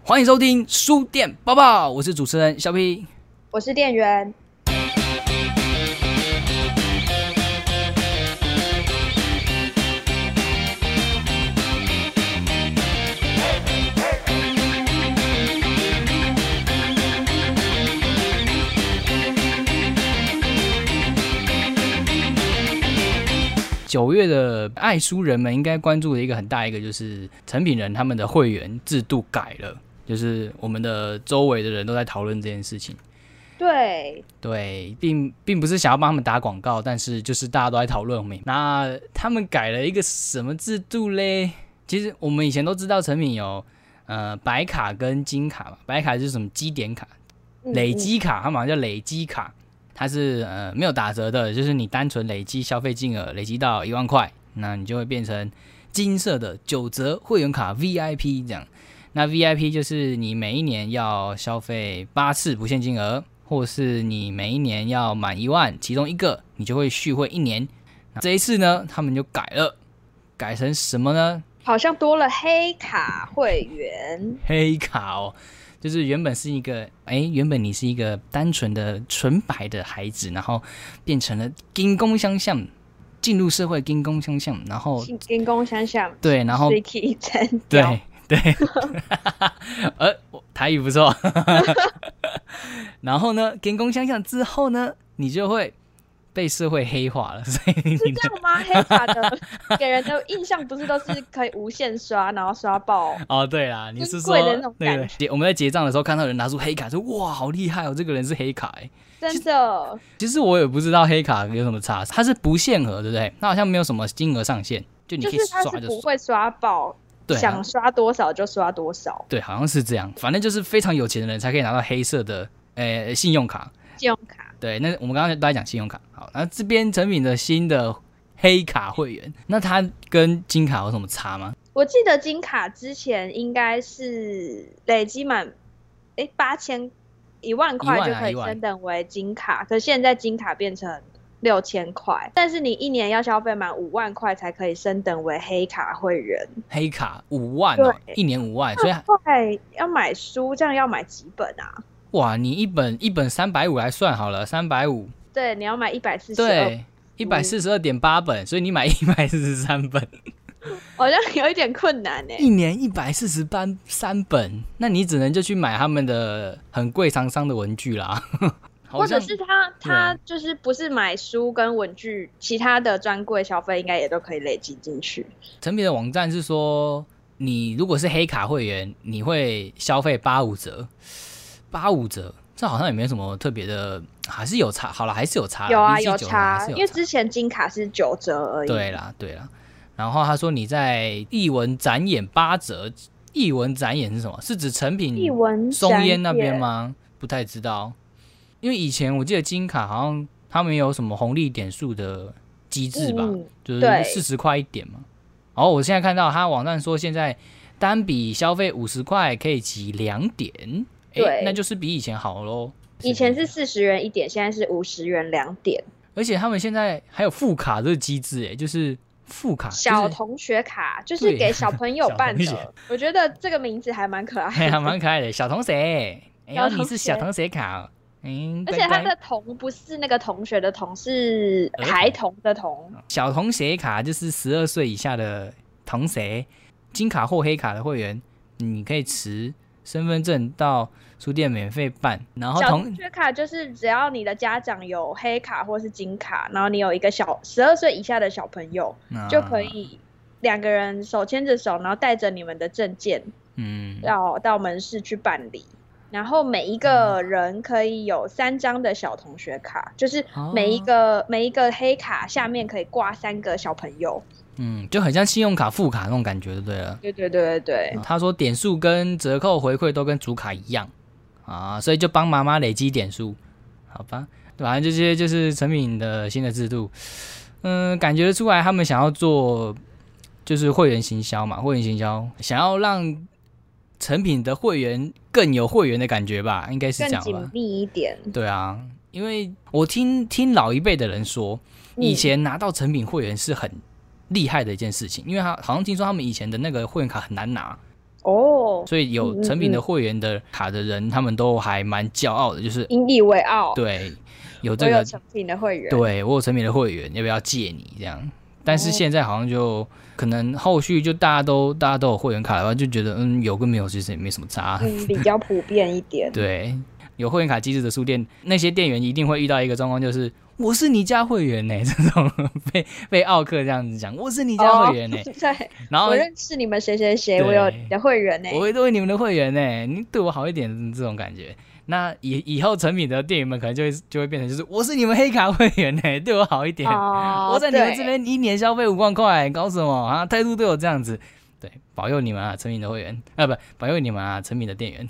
欢迎收听书店报报，我是主持人小 P， 我是店员。 9月的爱书人们应该关注的一个很大一个就是诚品人他们的会员制度改了，就是我们的周围的人都在讨论这件事情。对，并不是想要帮他们打广告，但是就是大家都在讨论。那他们改了一个什么制度嘞？其实我们以前都知道诚品有白卡跟金卡嘛，白卡就是什么积点卡、累积卡，他们好像叫累积卡。它是没有打折的，就是你单纯累积消费金额累积到1万块，那你就会变成金色的9折会员卡 VIP 这样。那 VIP 就是你每一年要消费8次不限金额，或是你每一年要满1万，其中一个你就会续会1年。那这一次呢，他们就改了，改成什么呢？ 好像多了黑卡会员。 黑卡哦。就是原本你是一个单纯的纯白的孩子，然后变成了金光相向，进入社会金光相向，然后金光相向， 对，然后对，台语不错。然后呢，金光相向之后呢，你就会被社会黑化了，所以是这样吗？黑卡的给人的印象不是都是可以无限刷，然后刷爆？ 哦，对啦，你是说贵的那种感觉。 我们在结账的时候看到人拿出黑卡，说哇，好厉害哦，这个人是黑卡哎。 真的。 其实我也不知道黑卡有什么差，它是不限额，对不对？它好像没有什么金额上限，就你可以刷就刷。 就是它是不会刷爆，对，想刷多少就刷多少。 对，好像是这样。反正就是非常有钱的人才可以拿到黑色的信用卡。 信用卡。 对，那我们刚刚都在讲信用卡。好，那这边诚品的新的黑卡会员，那它跟金卡有什么差吗？ 我记得金卡之前应该是累积满8000 1万块就可以升等为金卡，可是现在金卡变成6000块，但是你一年要消费满5万块才可以升等为黑卡会员。黑卡5万哦，一年5万，所以要买书，这样要买几本啊？ 哇，你一本350来算好了，350。 对，你要买142。 对，142.8本，所以你买143本。 好像有一点困难耶。 一年143本，那你只能就去买他们的很贵厂商的文具啦。 或者是他就是不是买书跟文具，其他的专柜消费应该也都可以累积进去。 诚品的网站是说，你如果是黑卡会员，你会消费85折。85折，这好像也没什么特别的，还是有差。好了，还是有差。 有差，因为之前金卡是9折而已。 对啦。然后他说你在艺文展演8折。艺文展演是什么？是指诚品松烟那边吗？不太知道。因为以前我记得金卡好像他们有什么红利点数的机制吧，就是40块一点嘛。然后我现在看到他网站说，现在单笔消费50块可以集2点。对，那就是比以前好咯。 以前是40元1点，现在是50元2点。 而且他们现在还有副卡这个机制，就是副卡、 小同学卡，就是给小朋友办的。我觉得这个名字还蛮可爱的， 还蛮可爱的。小同学，你是小同学卡。 而且他的童不是那个同学的童，是孩童的童。 小同学卡就是12岁以下的同学。金卡或黑卡的会员，你可以持身份证到书店免费办。然后小同学卡就是只要你的家长有黑卡或是金卡，然后你有一个12岁以下的小朋友，就可以2个人手牵着手，然后带着你们的证件，要到门市去办理。然后每一个人可以有3张的小同学卡，就是每一个黑卡下面可以挂3个小朋友。 就很像信用卡副卡那种感觉就对了。 对。 他说点数跟折扣回馈都跟主卡一样啊，所以就帮妈妈累积点数，好吧？反正这些就是诚品的新的制度。感觉得出来他们想要做就是会员行销嘛，会员行销想要让诚品的会员更有会员的感觉吧，应该是这样吧， 更紧密一点。 对啊，因为我听老一辈的人说，以前拿到诚品会员是很厉害的一件事情，因为他好像听说他们以前的那个会员卡很难拿。 哦， 所以有成品的会员的卡的人，他们都还蛮骄傲的，就是引以为傲。 对，有这个我有成品的会员， 对我有成品的会员，要不要借你这样？但是现在好像就可能后续就大家都有会员卡的话，就觉得有跟没有其实也没什么差， 比较普遍一点。 对，有会员卡机制的书店，那些店员一定会遇到一个状况，就是我是你家会员呢，这种被奥客这样子讲，我是你家会员呢， 对， 然后我认识你们谁谁谁，我有你的会员呢， 我会对你们的会员呢，你对我好一点，这种感觉。那以后成品的店员们可能就会变成就是我是你们黑卡会员呢，对我好一点，我在你们这边一年消费5万块，搞什么啊？态度对我这样子，对，保佑你们啊，成品的会员啊，不，保佑你们啊，成品的店员。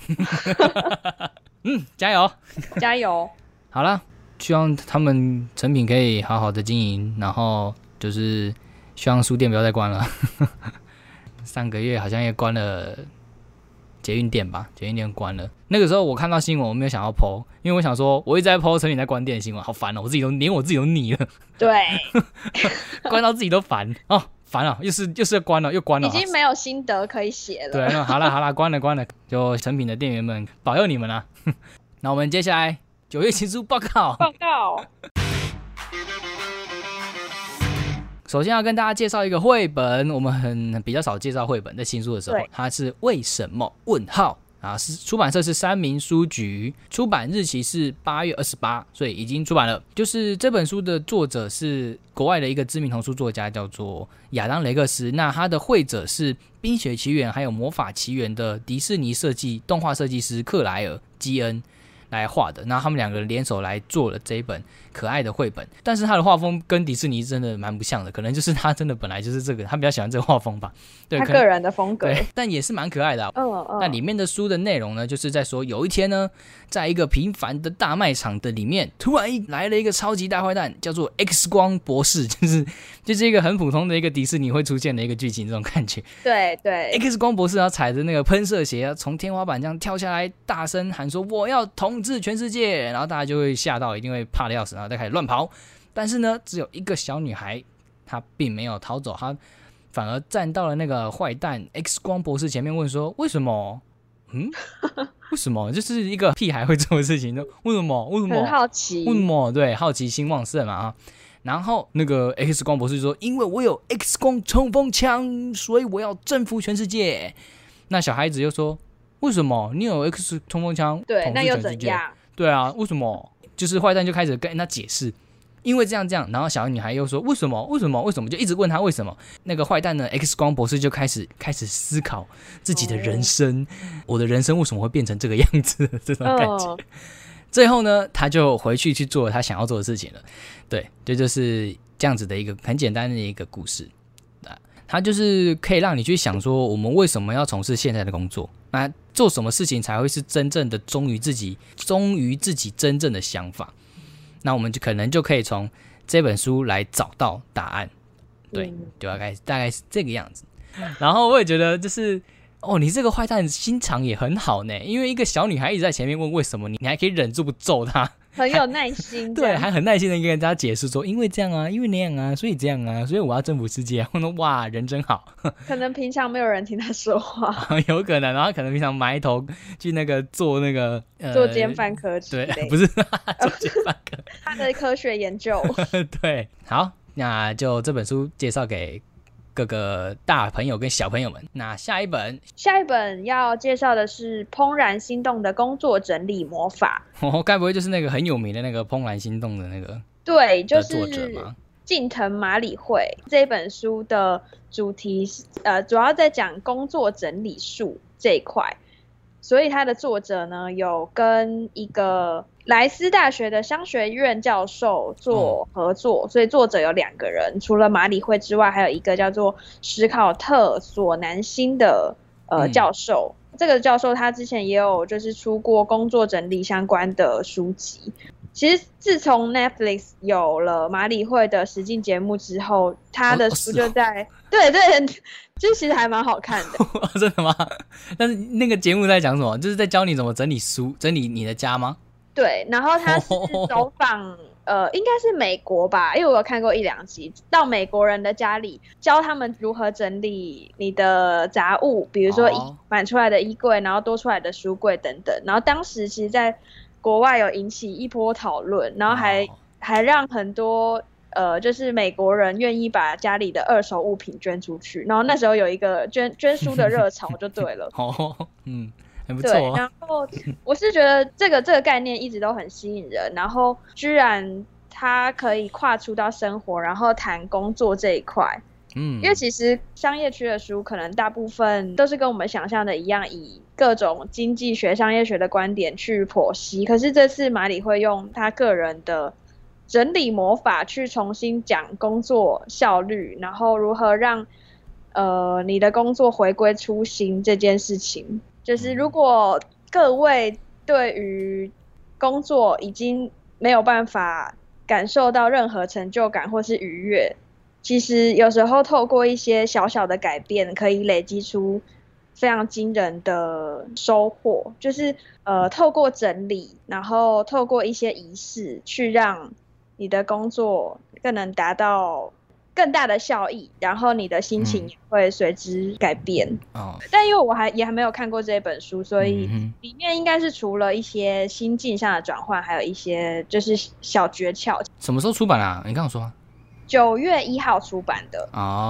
加油， 加油！ 好了，希望他们成品可以好好的经营，然后就是希望书店不要再关了。上个月好像也关了。捷运店吧，捷运店关了。那个时候我看到新闻，我没有想要 po， 因为我想说，我一直在 po 成品在关店的新闻，好烦哦，连我自己都腻了。 对， 关到自己都烦哦，烦了，又是关了，又关了， 已经没有心得可以写了。 对，那好了，关了，就成品的店员们保佑你们啦。那我们接下来9月情书报告。首先要跟大家介绍一个绘本，我们比较少介绍绘本，在新书的时候，它是为什么？是出版社是三民书局，出版日期是8月28，所以已经出版了。就是这本书的作者是国外的一个知名童书作家，叫做亚当·雷克斯。那他的绘者是《冰雪奇缘》还有《魔法奇缘》的迪士尼动画设计师克莱尔·基恩来画的，那他们两个人联手来做了这一本可爱的绘本，但是他的画风跟迪士尼真的蛮不像的，可能就是他真的本来就是这个，他比较喜欢这个画风吧，对， 他个人的风格， 对，但也是蛮可爱的那里面的书的内容呢，就是在说有一天呢，在一个平凡的大卖场的里面，突然来了一个超级大坏蛋，叫做 X 光博士，就是一个很普通的一个迪士尼会出现的一个剧情，这种感觉。 对 ，X 光博士他踩着那个喷射鞋，从天花板这样跳下来，大声喊说：“我要统治全世界！”然后大家就会吓到，一定会怕的要死，然后再开始乱跑。但是呢，只有一个小女孩，她并没有逃走，她反而站到了那个坏蛋 X 光博士前面，问说：“为什么？为什么？就是一个屁孩会做的事情，为什么？ 很好奇， 为什么？对，好奇心旺盛嘛。”然后那个 X 光博士说：“因为我有 X 光冲锋枪，所以我要征服全世界。”那小孩子又说：“为什么？你有 X 冲锋枪， 对，那又怎样？ 对啊，为什么？”就是坏蛋就开始跟他解释，因为这样，然后小女孩又说：“为什么？就一直问他为什么。”那个坏蛋呢 ，X 光博士就开始思考自己的人生，我的人生为什么会变成这个样子？这种感觉。最后呢，他就回去做他想要做的事情了。对，这就是这样子的一个很简单的一个故事。它就是可以让你去想说，我们为什么要从事现在的工作？那做什么事情才会是真正的忠于自己真正的想法？那我们就可能就可以从这本书来找到答案。对，就大概是这个样子。然后我也觉得就是你这个坏蛋心肠也很好呢，因为一个小女孩一直在前面问为什么，你还可以忍住不揍她。 很有耐心， 对，还很耐心的跟人家解释说，因为这样啊，因为那样啊，所以这样啊，所以我要征服世界。我说哇，人真好。 可能平常没有人听他说话， 有可能，然后可能平常埋头去那个做那个作奸犯科之类， 对，不是作奸犯科， 他的科学研究。 对，好，那就这本书介绍给各个大朋友跟小朋友们。那下一本要介绍的是《怦然心动的工作整理魔法》。该不会就是那个很有名的那个《怦然心动》的那个？对，就是近藤麻里惠。这本书的主题主要在讲工作整理术这一块，所以它的作者呢有跟一个莱斯大学的商学院教授做合作，所以作者有2个人，除了麻里惠之外，还有一个叫做史考特·索南辛的教授。这个教授他之前也有就是出过工作整理相关的书籍。其实自从 Netflix 有了麻里惠的实境节目之后，他的书就在对，就其实还蛮好看的。真的吗？但是那个节目在讲什么？就是在教你怎么整理书，整理你的家吗？对，然后他是走访应该是美国吧，因为我有看过1-2集，到美国人的家里教他们如何整理你的杂物，比如说满出来的衣柜，然后多出来的书柜等等。然后当时其实在国外有引起一波讨论，然后还让很多就是美国人愿意把家里的二手物品捐出去，然后那时候有一个捐书的热潮就对了。 还不错。 对，然后我是觉得这个概念一直都很吸引人，然后居然它可以跨出到生活，然后谈工作这一块。因为其实商业区的书可能大部分都是跟我们想象的一样，以各种经济学、商业学的观点去剖析。可是这次马里会用他个人的整理魔法去重新讲工作效率，然后如何让你的工作回归初心这件事情。就是如果各位对于工作已经没有办法感受到任何成就感或是愉悦，其实有时候透过一些小小的改变可以累积出非常惊人的收获。就是透过整理，然后透过一些仪式去让你的工作更能达到更大的效益，然后你的心情也会随之改变。但因为我也还没有看过这本书，所以里面应该是除了一些心境上的转换，还有一些就是小诀窍。 什么时候出版啊？你刚刚说 9月1号出版的。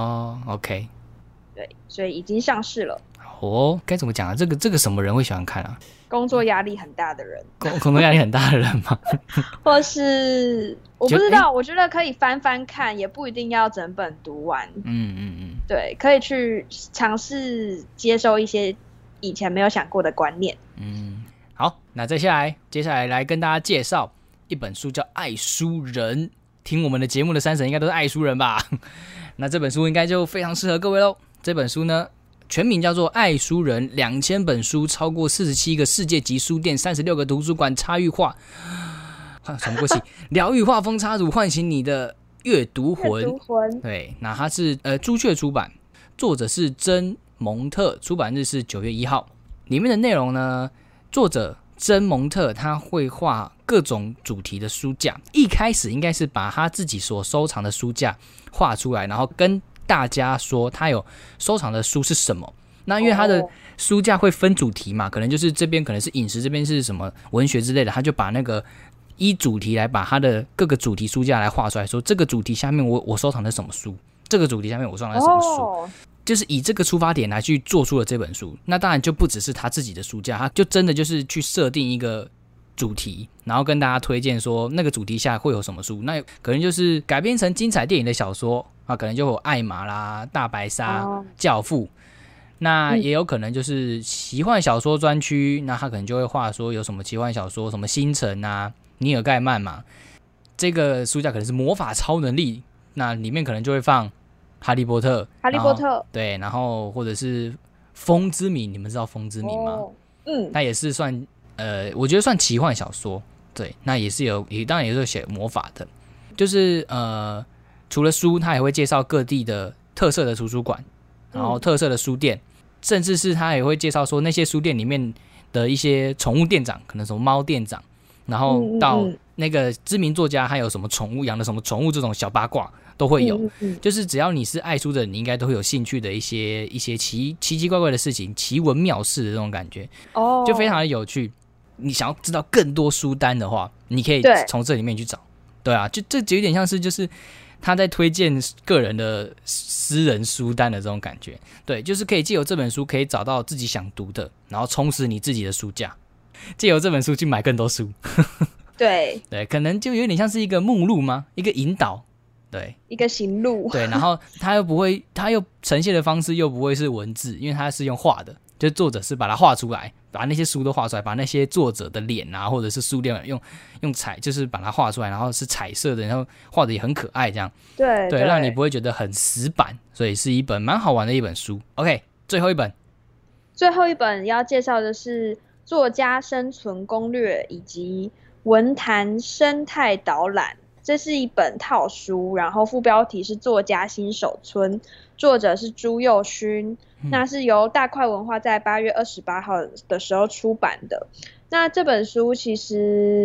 OK。 对，所以已经上市了。 该怎么讲啊？这个什么人会喜欢看啊？ 工作压力很大的人。 工作压力很大的人吗？ 或是我不知道，我觉得可以翻翻看，也不一定要整本读完。对，可以去尝试接受一些以前没有想过的观念。 好，那接下来来跟大家介绍一本书，叫《爱书人》。听我们的节目的3神应该都是爱书人吧？那这本书应该就非常适合各位咯。这本书呢，全名叫做《爱书人》，2000本书，超过47个世界级书店，36个图书馆，插画画，喘不过气，疗愈画风插图，唤醒你的阅读魂。对，那它是朱雀出版，作者是珍蒙特，出版日是9月1号。里面的内容呢，作者珍蒙特他会画各种主题的书架，一开始应该是把他自己所收藏的书架画出来，然后跟大家说他有收藏的书是什么。那因为他的书架会分主题嘛，可能就是这边可能是饮食，这边是什么文学之类的，他就把那个依主题来把他的各个主题书架来画出来，说这个主题下面我收藏的什么书，这个主题下面我收藏的什么书，就是以这个出发点来去做出了这本书。那当然就不只是他自己的书架，他就真的就是去设定一个主题，然后跟大家推荐说那个主题下会有什么书。那可能就是改编成精彩电影的小说啊，可能就有艾玛啦、大白鲨、教父。那也有可能就是奇幻小说专区，那他可能就会画说有什么奇幻小说，什么星辰啊、尼尔盖曼嘛。这个书架可能是魔法超能力，那里面可能就会放哈利波特，对，然后或者是风之谜，你们知道风之谜吗？那也是算我觉得算奇幻小说，对，那也是当然也是有写魔法的，就是除了书，他也会介绍各地的特色的图书馆，然后特色的书店，甚至是他也会介绍说那些书店里面的一些宠物店长，可能什么猫店长，然后到那个知名作家他有什么宠物，养的什么宠物，这种小八卦都会有。就是只要你是爱书的人，你应该都会有兴趣的一些奇奇怪怪的事情，奇闻妙事的这种感觉，就非常的有趣。你想要知道更多书单的话，你可以从这里面去找。对啊，就这有点像是就是他在推荐个人的私人书单的这种感觉。对，就是可以借由这本书可以找到自己想读的，然后充实你自己的书架，借由这本书去买更多书。对，可能就有点像是一个目录吗？一个引导，对，一个行路。对，然后他又呈现的方式又不会是文字，因为他是用画的，就作者是把它画出来，把那些书都画出来，把那些作者的脸啊，或者是书店用彩，就是把它画出来，然后是彩色的，然后画的也很可爱，这样。对，让你不会觉得很死板，所以是一本蛮好玩的一本书。OK， 最后一本要介绍的是作家生存攻略以及文坛生态导览，这是一本套书，然后副标题是作家新手村，作者是朱佑勋，那是由大块文化在8月28号的时候出版的。那这本书其实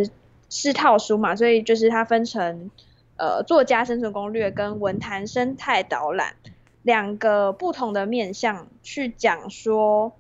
是套书嘛，所以就是它分成作家生存攻略跟文坛生态导览2个不同的面向去讲说，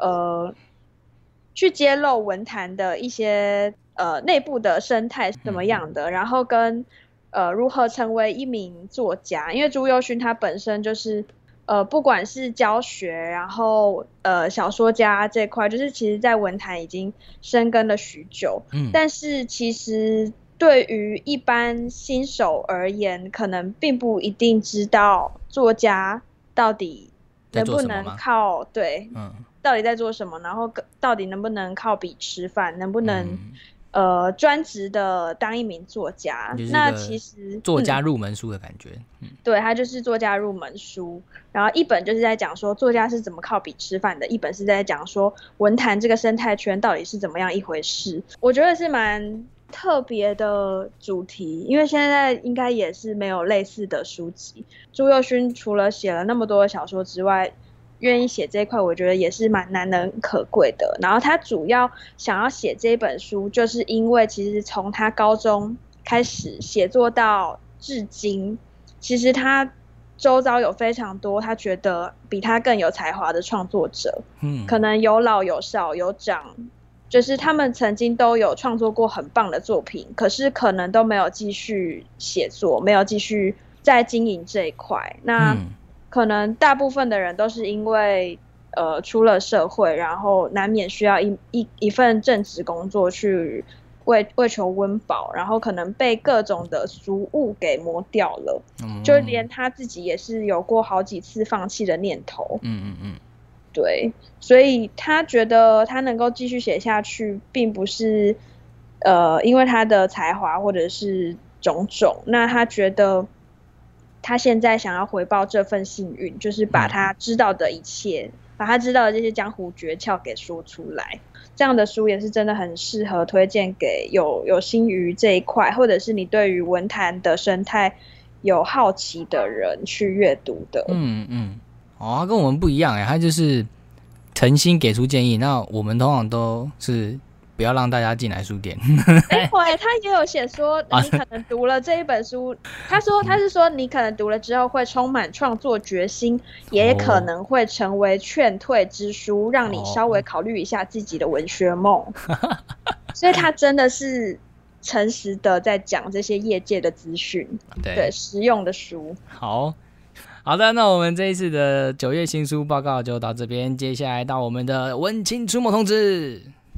去揭露文坛的一些内部的生态是怎么样的，然后跟如何成为一名作家，因为朱宥勋他本身就是不管是教学，然后小说家这块，就是其实在文坛已经深耕了许久，但是其实对于一般新手而言，可能并不一定知道作家到底能不能靠对，到底在做什么，然后到底能不能靠笔吃饭，能不能专职的当一名作家，那其实作家入门书的感觉， 对，它就是作家入门书。然后一本就是在讲说作家是怎么靠笔吃饭的，一本是在讲说文坛这个生态圈到底是怎么样一回事。我觉得是蛮特别的主题，因为现在应该也是没有类似的书籍。朱宥勋除了写了那么多小说之外，愿意写这一块，我觉得也是蛮难能可贵的。然后他主要想要写这本书，就是因为其实从他高中开始写作到至今，其实他周遭有非常多他觉得比他更有才华的创作者，可能有老有少有长，就是他们曾经都有创作过很棒的作品，可是可能都没有继续写作，没有继续在经营这一块。那可能大部分的人都是因为出了社会，然后难免需要一份正职工作去为求温饱，然后可能被各种的俗物给磨掉了，就连他自己也是有过好几次放弃的念头。对，所以他觉得他能够继续写下去，并不是因为他的才华或者是种种，那他觉得他现在想要回报这份幸运，就是把他知道的一切，把他知道的这些江湖诀窍给说出来。这样的书也是真的很适合推荐给有心于这一块，或者是你对于文坛的生态有好奇的人去阅读的。 他跟我们不一样他就是诚心给出建议，那我们通常都是不要让大家进来书店。 他也有写说你可能读了这一本书，他是说你可能读了之后会充满创作决心，也可能会成为劝退之书，让你稍微考虑一下自己的文学梦。所以他真的是诚实的在讲这些业界的资讯，对实用的书。 好的，那我们这一次的9月新书报告就到这边，接下来到我们的文青出没通知。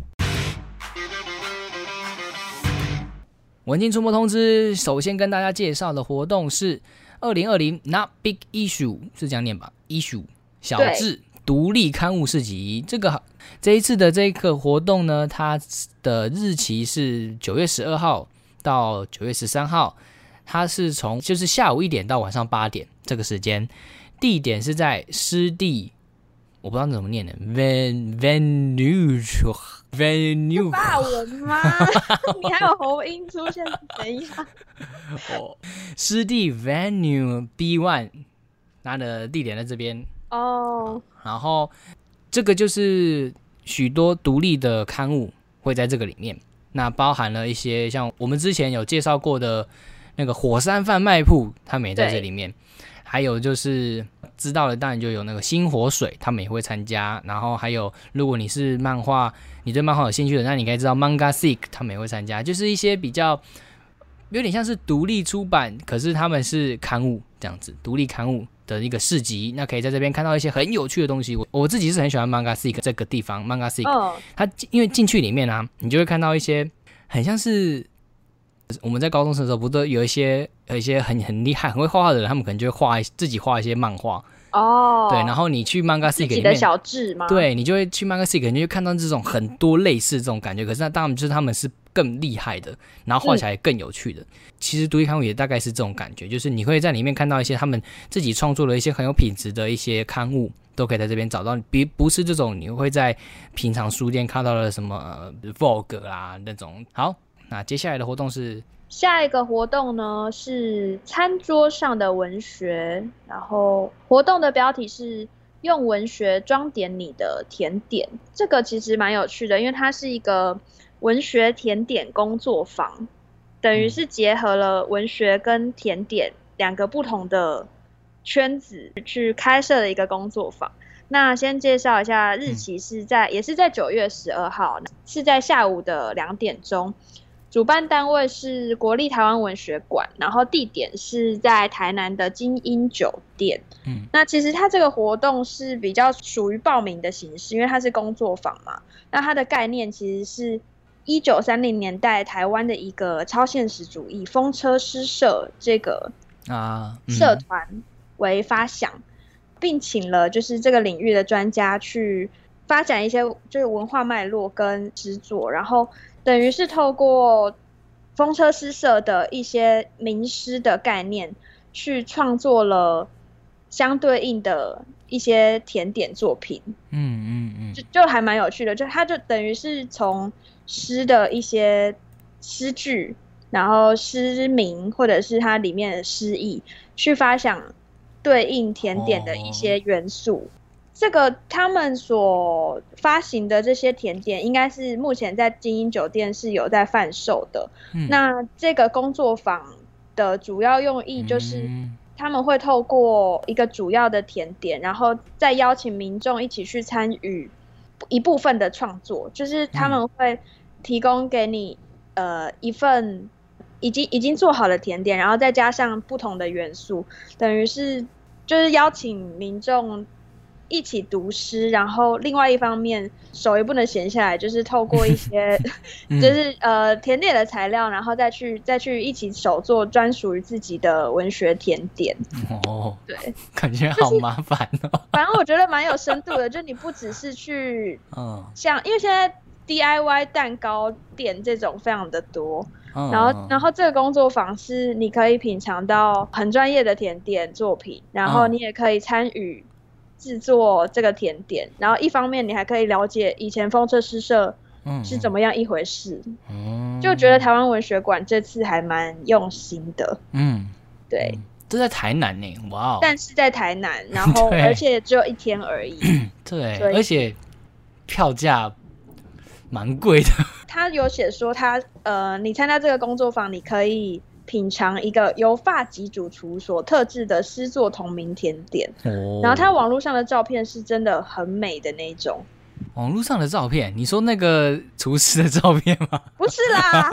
文青出没通知，首先跟大家介绍的活动是2020 Not Big Issue， 是这样念吧 ？Issue 小志独立刊物市集。这一次的这个活动呢，它的日期是9月12号到9月13号，它是从就是下午1点到晚上8点这个时间，地点是在湿地，我不知道怎么念的 venue 法文吗？你还有喉音出现，等一下。 湿地 venue B1， 它的地点在这边然后这个就是许多独立的刊物会在这个里面，那包含了一些像我们之前有介绍过的那个火山贩卖铺，他们也在这里面。还有就是知道的当然就有那个星火水，他们也会参加。然后还有如果你是漫画，你对漫画有兴趣的，那你应该知道 Manga Seek 他们也会参加，就是一些比较有点像是独立出版，可是他们是刊物这样子，独立刊物的一个市集，那可以在这边看到一些很有趣的东西。我自己是很喜欢 Manga Seek 这个地方 Manga Seek，它因为进去里面你就会看到一些很像是我们在高中生的时候，不都有一些很厉害、很会画画的人，他们可能就会自己画一些漫画对，然后你去 Manga Seek 里面自己的小志吗？ 对，你就会去 Manga Seek， 你就会看到这种很多类似这种感觉。可是那当然就是他们是更厉害的，然后画起来更有趣的。其实独立刊物也大概是这种感觉，就是你会在里面看到一些他们自己创作的一些很有品质的一些刊物，都可以在这边找到。不是这种你会在平常书店看到的什么Vogue 啦那种。好，那接下来的活动是。 下一个活动呢是餐桌上的文学，然后活动的标题是用文学装点你的甜点，这个其实蛮有趣的，因为它是一个文学甜点工作坊，等于是结合了文学跟甜点两个不同的圈子去开设的一个工作坊。那先介绍一下日期也是在9月12号，是在下午的2点钟。主办单位是国立台湾文学馆，然后地点是在台南的金鹰酒店。那其实它这个活动是比较属于报名的形式，因为它是工作坊嘛。那它的概念其实是1930年代台湾的一个超现实主义风车诗社这个社团为发想，并请了就是这个领域的专家去发展一些就是文化脉络跟诗作，然后等于是透过风车诗社的一些名诗的概念去创作了相对应的一些甜点作品。就还蛮有趣的，就它就等于是从诗的一些诗句，然后诗名或者是它里面的诗意去发想对应甜点的一些元素。这个他们所发行的这些甜点应该是目前在金鹰酒店是有在贩售的。那这个工作坊的主要用意就是他们会透过一个主要的甜点，然后再邀请民众一起去参与一部分的创作，就是他们会提供给你一份已经做好的甜点，然后再加上不同的元素，等于是就是邀请民众一起读诗，然后另外一方面手也不能闲下来，就是透过一些就是甜点的材料，然后再去一起手做专属于自己的文学甜点。对， 感觉好麻烦哦。 反正我觉得蛮有深度的，就你不只是去像因为现在 DIY 蛋糕店这种非常的多。然后这个工作坊是你可以品尝到很专业的甜点作品，然后你也可以参与制作这个甜点，然后一方面你还可以了解以前风车诗社是怎么样一回事。就觉得台湾文学馆这次还蛮用心的。对， 这在台南呢，哇哦！ 但是在台南，然后而且只有1天而已。 对，而且票价蛮贵的。 他有写说你参加这个工作坊，你可以品尝一个由发籍主厨所特制的诗作同名甜点。然后他网络上的照片是真的很美的那种。 网络上的照片？你说那个厨师的照片吗？ 不是啦。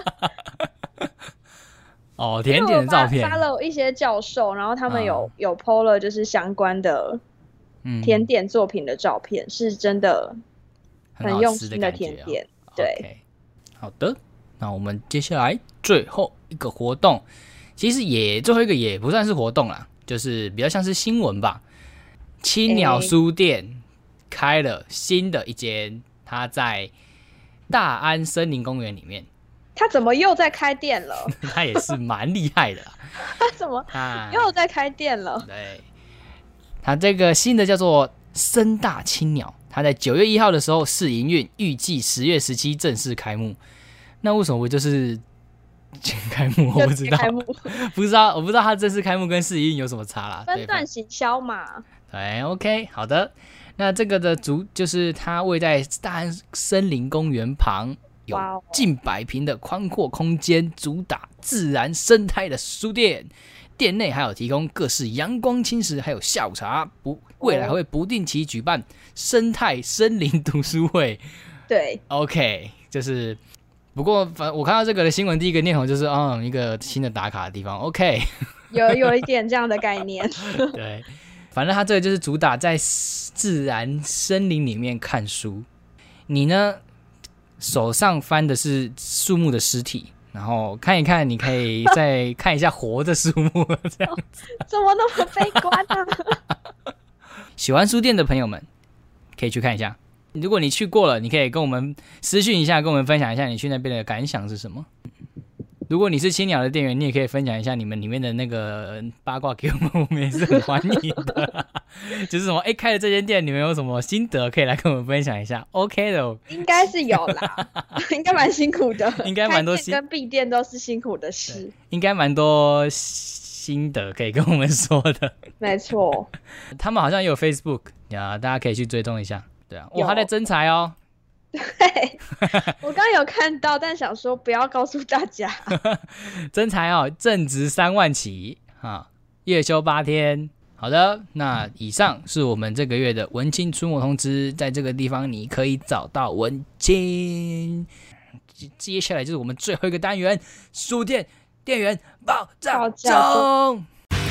甜点的照片。 发了一些教授，然后他们有 po 了就是相关的甜点作品的照片，是真的很用心的甜点。对， 好的，那我们接下来最后一个活动，其实最后一个也不算是活动啦，就是比较像是新闻吧。青鸟书店开了新的一间，它在大安森林公园里面。 他怎么又在开店了？ 他也是蛮厉害的啦。 他怎么又在开店了？ 对，他这个新的叫做森大青鸟，它在9月1号的时候试营运，预计10月17正式开幕。那为什么我就是开幕？我不知道，我不知道它正式开幕跟试营运有什么差啦。 分段行销嘛。 对 ，OK， 好的。那这个的就是它位在大安森林公园旁，有近100坪的宽阔空间，主打自然生态的书店。店内还有提供各式阳光轻食，还有下午茶。未来还会不定期举办生态森林读书会。 对 ，OK， 就是不过我看到这个的新闻，第一个念头就是一个新的打卡的地方。OK， 有一点这样的概念。 对，反正它这个就是主打在自然森林里面看书。你呢，手上翻的是树木的尸体。然后看一看，你可以再看一下活的树木，这样子。 怎么那么悲观啊？ 喜欢书店的朋友们可以去看一下。如果你去过了，你可以跟我们私讯一下，跟我们分享一下你去那边的感想是什么。如果你是青鸟的店员，你也可以分享一下你们里面的那个八卦给我们，我们也是很欢迎的。就是什么开了这间店，你们有什么心得可以来跟我们分享一下 ？OK 的， 应该是有啦，应该蛮辛苦的， 应该蛮多开店跟闭店都是辛苦的事， 应该蛮多心得可以跟我们说的。 没错， 他们好像也有 Facebook 啊，大家可以去追踪一下。对啊，他在征才哦。 对，我刚刚有看到，但想说不要告诉大家。 征才哦，正职3万起啊，月休8天。好的，那以上是我们这个月的文青出没通知，在这个地方你可以找到文青。接下来就是我们最后一个单元，书店店员爆炸中。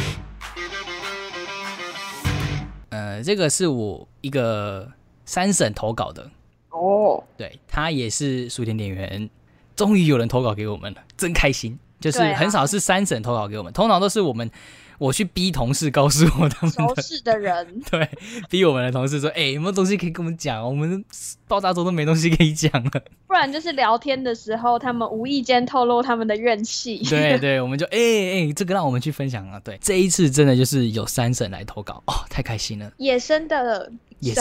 这个是我一个3审投稿的哦，对，他也是书店店员，终于有人投稿给我们了，真开心。就是很少是3审投稿给我们，通常都是我去逼同事告诉我他们熟识的人， 对，逼我们的同事说，有没有东西可以跟我们讲？我们爆炸中都没东西可以讲了。 不然就是聊天的时候，他们无意间透露他们的怨气。 对，我们就这个让我们去分享啊。对，这一次真的就是有3审来投稿哦，太开心了。 野生的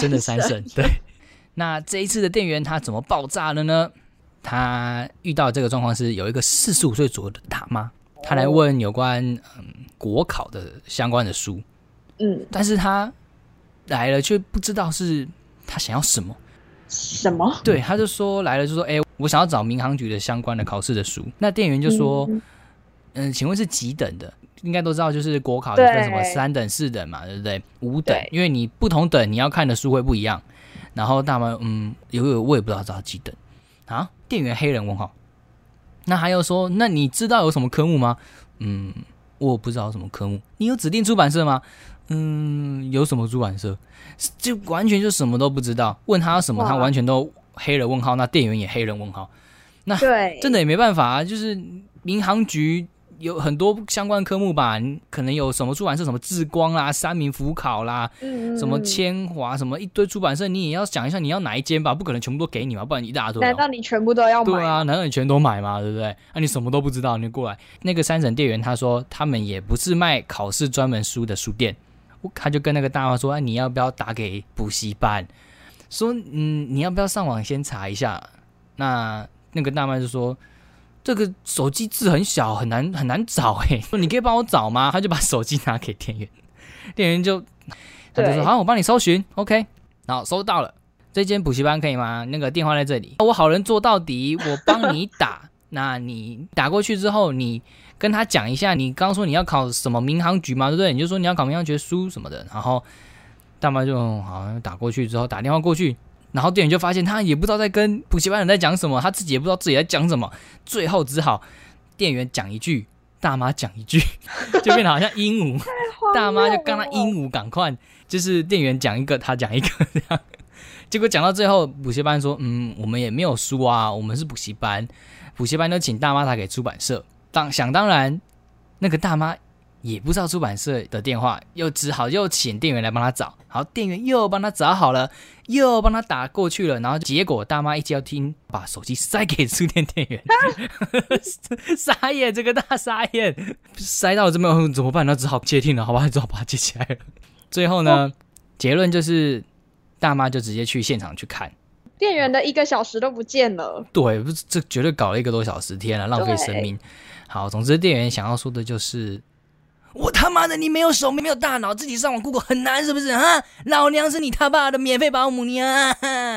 3审，对。那这一次的店员他怎么爆炸了呢？他遇到这个状况是有一个45岁左右的大妈，他来问有关国考的相关的书，但是他来了却不知道是他想要什么。对，他就说来了就说我想要找民航局的相关的考试的书。那店员就说请问是几等的？应该都知道就是国考有分什么3等4等嘛，对不对？5等，因为你不同等你要看的书会不一样。然后大妈我也不知道几等啊。店员黑人问号。那还有说，那你知道有什么科目吗？我不知道有什么科目。你有指定出版社吗？有什么出版社？就完全就什么都不知道。问他什么，他完全都黑人问号。那店员也黑人问号。那真的也没办法啊，就是民航局有很多相关科目吧，可能有什么出版社，什么志光啦、三民辅考啦，什么千华，什么一堆出版社，你也要想一下你要哪一间吧，不可能全部都给你嘛，不然一大堆。 难道你全部都要买？ 对啊，难道你全都买吗？对不对？你什么都不知道，你过来。那个3审店员他说，他们也不是卖考试专门书的书店，他就跟那个大妈说，你要不要打给补习班？说你要不要上网先查一下？那个大妈就说，这个手机字很小，很难找你可以帮我找吗？他就把手机拿给店员，店员他就说好，我帮你搜寻 ，OK， 然后搜到了，这间补习班可以吗？那个电话在这里，我好人做到底，我帮你打。那你打过去之后，你跟他讲一下，你刚说你要考什么民航局嘛，对不对？你就说你要考民航局的书什么的，然后大妈就好打过去之后打电话过去。然后店员就发现他也不知道在跟补习班人在讲什么，他自己也不知道自己在讲什么，最后只好店员讲一句，大妈讲一句，就变得好像鹦鹉，大妈就跟他鹦鹉赶快，就是店员讲一个，他讲一个这样。结果讲到最后，补习班说，我们也没有书啊，我们是补习班，补习班就请大妈打给出版社。想当然，那个大妈也不知道出版社的电话，只好又请店员来帮他找。好，店员又帮他找好了，又帮他打过去了，然后结果大妈一接到听，把手机塞给书店店员，傻眼，这个大傻眼，塞到这边怎么办？那只好接听了，好吧，只好把它接起来了。最后呢，结论就是大妈就直接去现场去看， 店员的1个小时都不见了。 对，这绝对搞了1个多小时，天啊，浪费生命。好，总之店员想要说的就是。我他妈的，你没有手没有大脑，自己上网 Google 很难是不是啊？老娘是你他爸的免费保姆你啊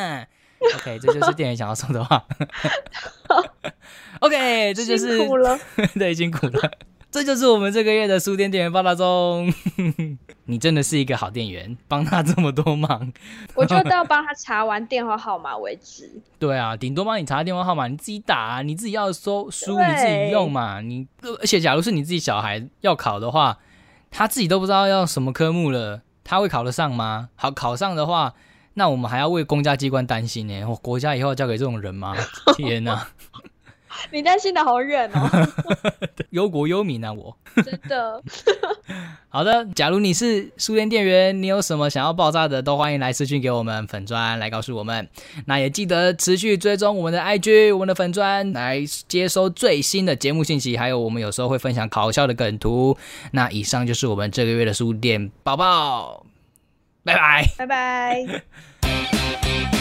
！OK， 这就是店员想要说的话。OK， 这就是辛苦了， 对，辛苦了。这就是我们这个月的书店店员报道中。你真的是一个好店员，帮他这么多忙。 我就到帮他查完电话号码为止。 对啊，顶多帮你查电话号码，你自己打啊，你自己要搜书你自己用嘛。而且假如是你自己小孩要考的话，他自己都不知道要什么科目了，他会考得上吗？好，考上的话，那我们还要为公家机关担心呢。国家以后要交给这种人吗？天哪！ 你担心的好远哦。 忧国忧民啊，我真的。 好的，假如你是书店店员，你有什么想要爆炸的，都欢迎来私讯给我们粉专来告诉我们。那也记得持续追踪我们的 IG、我们的粉专，来接收最新的节目信息，还有我们有时候会分享搞笑的梗图。那以上就是我们这个月的书店报报，拜拜， 拜拜。